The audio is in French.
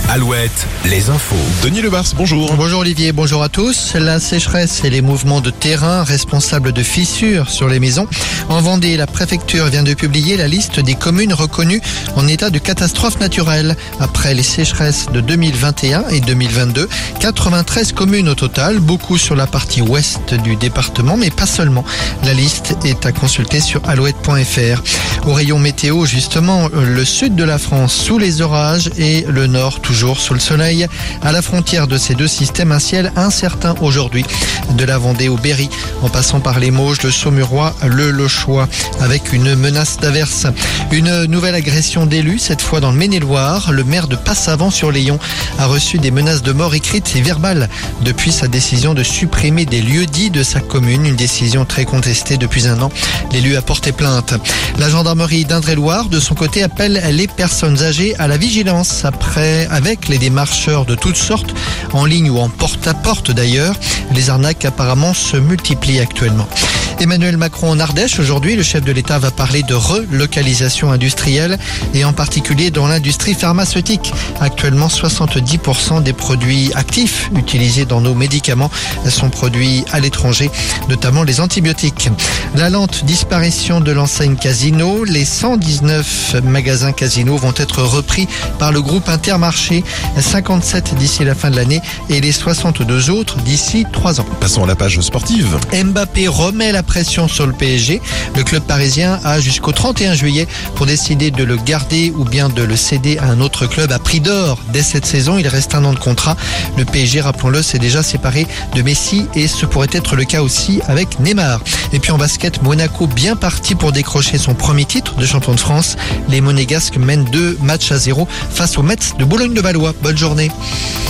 Alouette, les infos. Denis Lebars, bonjour. Bonjour Olivier, bonjour à tous. La sécheresse et les mouvements de terrain responsables de fissures sur les maisons. En Vendée, la préfecture vient de publier la liste des communes reconnues en état de catastrophe naturelle. Après les sécheresses de 2021 et 2022, 93 communes au total, beaucoup sur la partie ouest du département, mais pas seulement. La liste est à consulter sur alouette.fr. Au rayon météo, justement, le sud de la France sous les orages et le nord toujours sous le soleil. À la frontière de ces deux systèmes, un ciel incertain aujourd'hui. De la Vendée au Berry, en passant par les Mauges, le Saumurois, le Lochois, avec une menace d'averse. Une nouvelle agression d'élus, cette fois dans le Maine-et-Loire. Le maire de Passavant-sur-Layon a reçu des menaces de mort écrites et verbales depuis sa décision de supprimer des lieux-dits de sa commune. Une décision très contestée depuis un an. L'élu a porté plainte. La gendarmerie d'Indre-et-Loire, de son côté, appelle les personnes âgées à la vigilance avec les démarcheurs de toutes sortes, en ligne ou en porte-à-porte d'ailleurs. Les arnaques apparemment se multiplient actuellement. Emmanuel Macron en Ardèche aujourd'hui, le chef de l'État va parler de relocalisation industrielle et en particulier dans l'industrie pharmaceutique. Actuellement, 70% des produits actifs utilisés dans nos médicaments sont produits à l'étranger, notamment les antibiotiques. La lente disparition de l'enseigne Casino, les 119 magasins Casino vont être repris par le groupe Intermarché, 57 d'ici la fin de l'année et les 62 autres d'ici 3 ans. Passons à la page sportive. Mbappé remet la pression sur le PSG. Le club parisien a jusqu'au 31 juillet pour décider de le garder ou bien de le céder à un autre club à prix d'or. Dès cette saison, il reste un an de contrat. Le PSG, rappelons-le, s'est déjà séparé de Messi et ce pourrait être le cas aussi avec Neymar. Et puis en basket, Monaco bien parti pour décrocher son premier titre de champion de France. Les Monégasques mènent 2-0 face aux Mets de Boulogne-de-Valois. Bonne journée.